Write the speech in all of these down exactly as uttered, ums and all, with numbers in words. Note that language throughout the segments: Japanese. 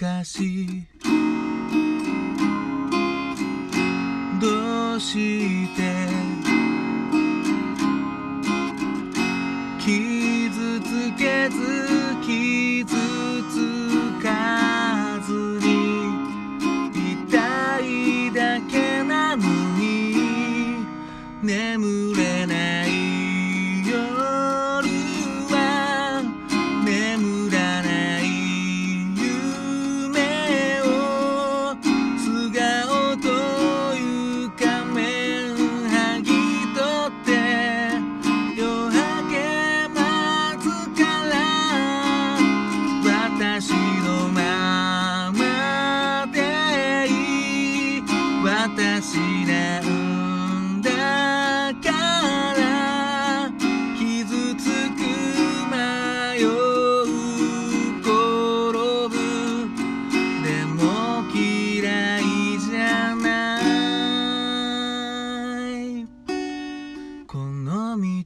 昔どうして傷つけず傷つかずにいたいだけなのに眠れない夜は眠らない夢を素顔という仮面剥ぎ取って夜明け待つから私のままでいい私なんだから傷つく迷う転ぶでも嫌いじゃないこの道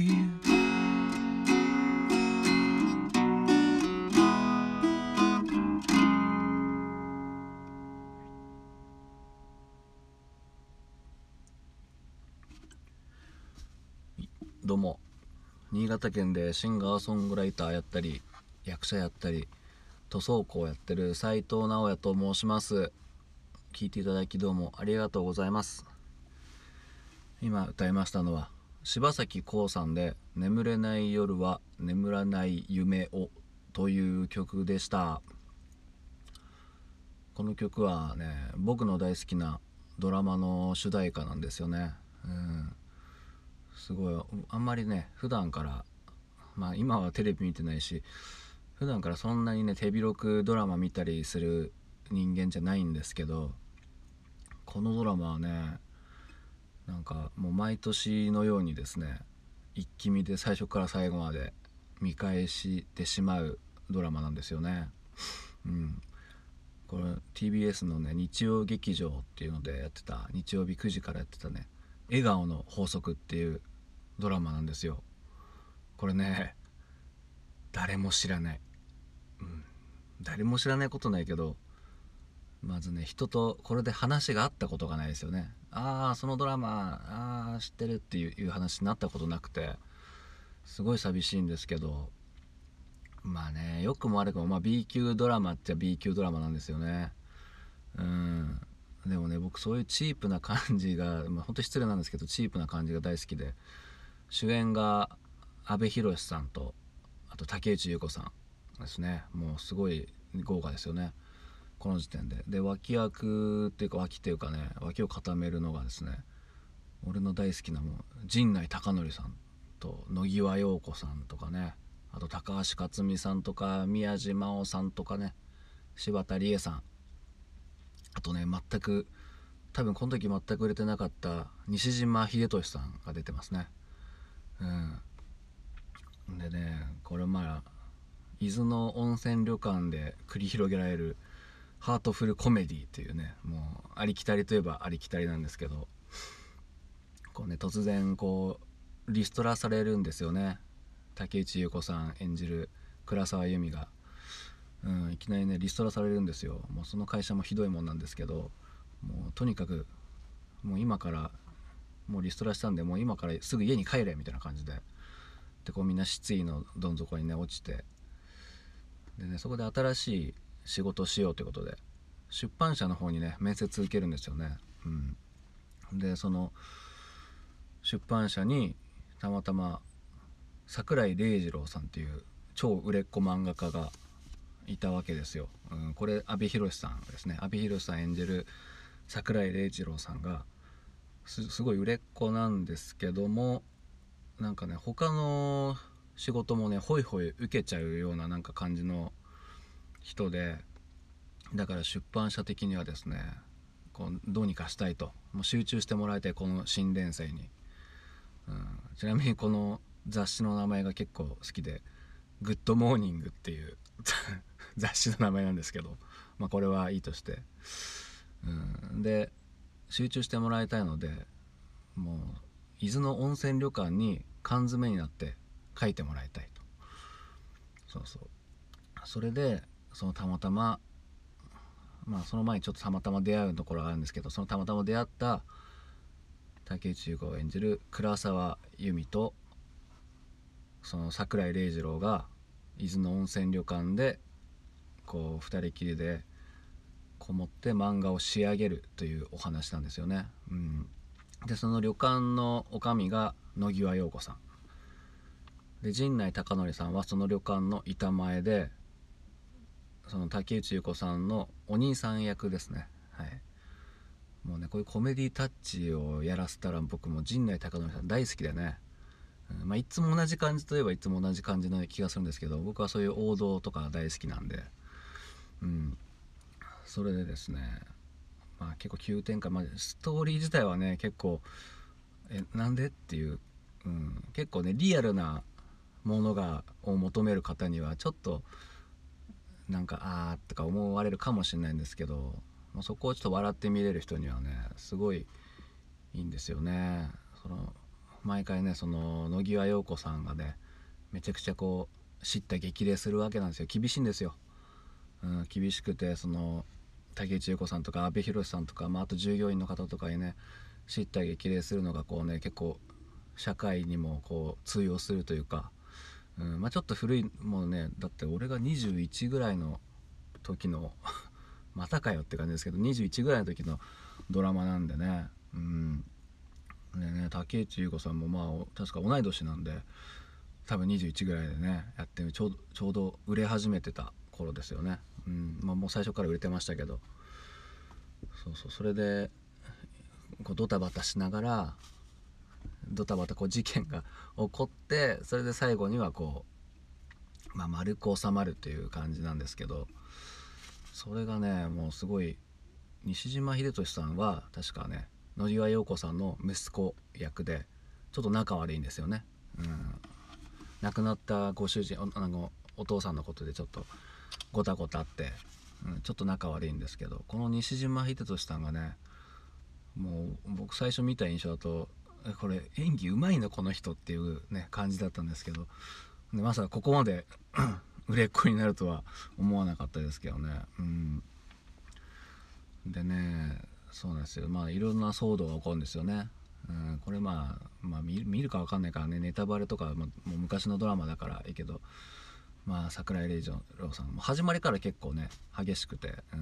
どうも、新潟県でシンガーソングライターやったり役者やったり塗装工やってる斉藤直也と申します。聞いていただきどうもありがとうございます。今歌いましたのは柴咲コウさんで眠れない夜は眠らない夢をという曲でした。この曲はね、僕の大好きなドラマの主題歌なんですよね。うんすごいあんまりね普段からまあ今はテレビ見てないし普段からそんなにね手広くドラマ見たりする人間じゃないんですけど、このドラマはねなんかもう毎年のようにですね一気見で最初から最後まで見返してしまうドラマなんですよね。うんこれ ティービーエス のね日曜劇場っていうのでやってた日曜日くじからやってたね笑顔の法則っていうドラマなんですよ。これね誰も知らない、うん、誰も知らないことないけどまずね人とこれで話があったことがないですよね。ああそのドラマああ知ってるっていう話になったことなくてすごい寂しいんですけど、まあね良くも悪くも、まあ、B 級ドラマっちゃ B 級ドラマなんですよね。うんでもね僕そういうチープな感じが、まあ、本当失礼なんですけどチープな感じが大好きで、主演が阿部寛さんとあと竹内結子さんですね。もうすごい豪華ですよねこの時点で。で脇役っていうか脇っていうかね脇を固めるのがですね俺の大好きなもう陣内孝則さんと野際陽子さんとかね、あと高橋克実さんとか宮地真央さんとかね柴田理恵さん、あとね全く多分この時全く売れてなかった西島秀俊さんが出てますね。うんでねこれまあ伊豆の温泉旅館で繰り広げられるハートフルコメディっていうねもうありきたりといえばありきたりなんですけど、こうね突然こうリストラされるんですよね。竹内結子さん演じる倉沢由美が、うん、いきなりねリストラされるんですよ。もうその会社もひどいもんなんですけど、もうとにかくもう今からもうリストラしたんでもう今からすぐ家に帰れみたいな感じで、でこうみんな失意のどん底にね落ちて、でねそこで新しい仕事をしようということで出版社の方にね面接受けるんですよね。うん、でその出版社にたまたま桜井玲次郎さんっていう超売れっ子漫画家がいたわけですよ。うん、これ阿部寛さんですね。阿部寛さん演じる桜井玲次郎さんが す, すごい売れっ子なんですけども、なんかね他の仕事もねホイホイ受けちゃうようななんか感じの人で、だから出版社的にはですねこうどうにかしたいと、もう集中してもらいたいこの新連載に。うん、ちなみにこの雑誌の名前が結構好きでグッドモーニングっていう雑誌の名前なんですけど、まあこれはいいとして、うん、で集中してもらいたいのでもう伊豆の温泉旅館に缶詰になって書いてもらいたいと。そうそうそれでそのたまたままあその前にちょっとたまたま出会うところがあるんですけど、そのたまたま出会った竹内結子を演じる倉沢由美とその桜井玲次郎が伊豆の温泉旅館でこう二人きりでこもって漫画を仕上げるというお話なんですよね。うん、でその旅館の女将が野際陽子さんで、陣内孝則さんはその旅館の板前で、その竹内結子さんのお兄さん役ですね。はい、もうねこういうコメディタッチをやらせたら僕も陣内孝則さん大好きでね、うん、まあいつも同じ感じといえばいつも同じ感じの気がするんですけど、僕はそういう王道とか大好きなんで、うん、それでですね、まあ結構急展開、まあ、ストーリー自体はね結構えなんでっていう、うん、結構ねリアルなものがを求める方にはちょっとなんかあーとか思われるかもしれないんですけど、まあ、そこをちょっと笑って見れる人にはねすごいいいんですよね。その毎回ねその野際陽子さんがねめちゃくちゃこう叱咤激励するわけなんですよ。厳しいんですよ、うん、厳しくて、その竹内結子さんとか阿部寛さんとか、まあ、あと従業員の方とかにね叱咤激励するのがこうね結構社会にもこう通用するというか、うんまあ、ちょっと古いもうね、だって俺がにじゅういちぐらいの時のまたかよって感じですけど、にじゅういちぐらいの時のドラマなんでね、うんでね、竹内結子さんもまあ確か同い年なんで多分にじゅういちぐらいでねやってちょうどちょうど売れ始めてた頃ですよね。うんまあ、もう最初から売れてましたけど、そうそう、それでこうドタバタしながらドタバタこう事件が起こって、それで最後にはこう、まあ、丸く収まるという感じなんですけど、それがねもうすごい、西島秀俊さんは確かね野際陽子さんの息子役でちょっと仲悪いんですよね。うん、亡くなったご主人あのお父さんのことでちょっとごたごたあって、うん、ちょっと仲悪いんですけど、この西島秀俊さんがねもう僕最初見た印象だとこれ演技うまいのこの人っていうね感じだったんですけど、でまさかここまで売れっ子になるとは思わなかったですけどね。うん、でねそうなんですよ、まあいろんな騒動が起こるんですよね。うん、これまあ、まあ、見る見るか分かんないからねネタバレとか、まあ、もう昔のドラマだからいいけど、まあ桜井玲次郎さんも始まりから結構ね激しくて、うん、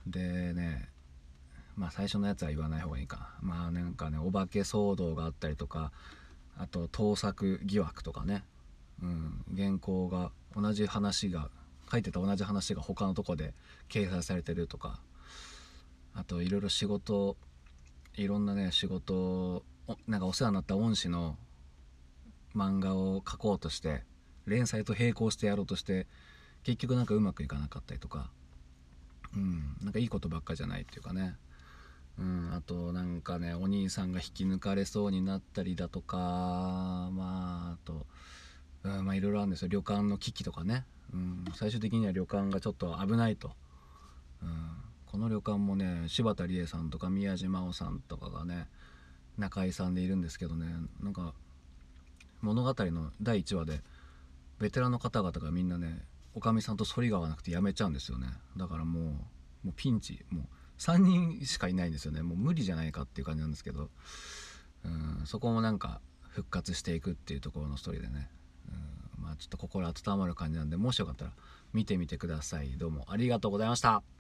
でねまあ最初のやつは言わない方がいいか、まあなんかねお化け騒動があったりとか、あと盗作疑惑とかね、うん、原稿が同じ話が書いてた同じ話が他のとこで掲載されてるとか、あといろいろ仕事いろんなね仕事なんかお世話になった恩師の漫画を描こうとして連載と並行してやろうとして結局なんかうまくいかなかったりとか、うん、なんかいいことばっかじゃないっていうかね、うん、あとなんかねお兄さんが引き抜かれそうになったりだとか、まああと、うん、まあいろいろあるんですよ。旅館の危機とかね、うん、最終的には旅館がちょっと危ないと、うん、この旅館もね柴田理恵さんとか宮島真央さんとかがね中井さんでいるんですけどね、なんか物語のだいいちわでベテランの方々がみんなねおかみさんと反りが合わなくて辞めちゃうんですよね。だからもうもうピンチ、もうさんにんしかいないんですよね。もう無理じゃないかっていう感じなんですけど、うん、そこもなんか復活していくっていうところのストーリーでね、うん、まあちょっと心温まる感じなんで、もしよかったら見てみてください。どうもありがとうございました。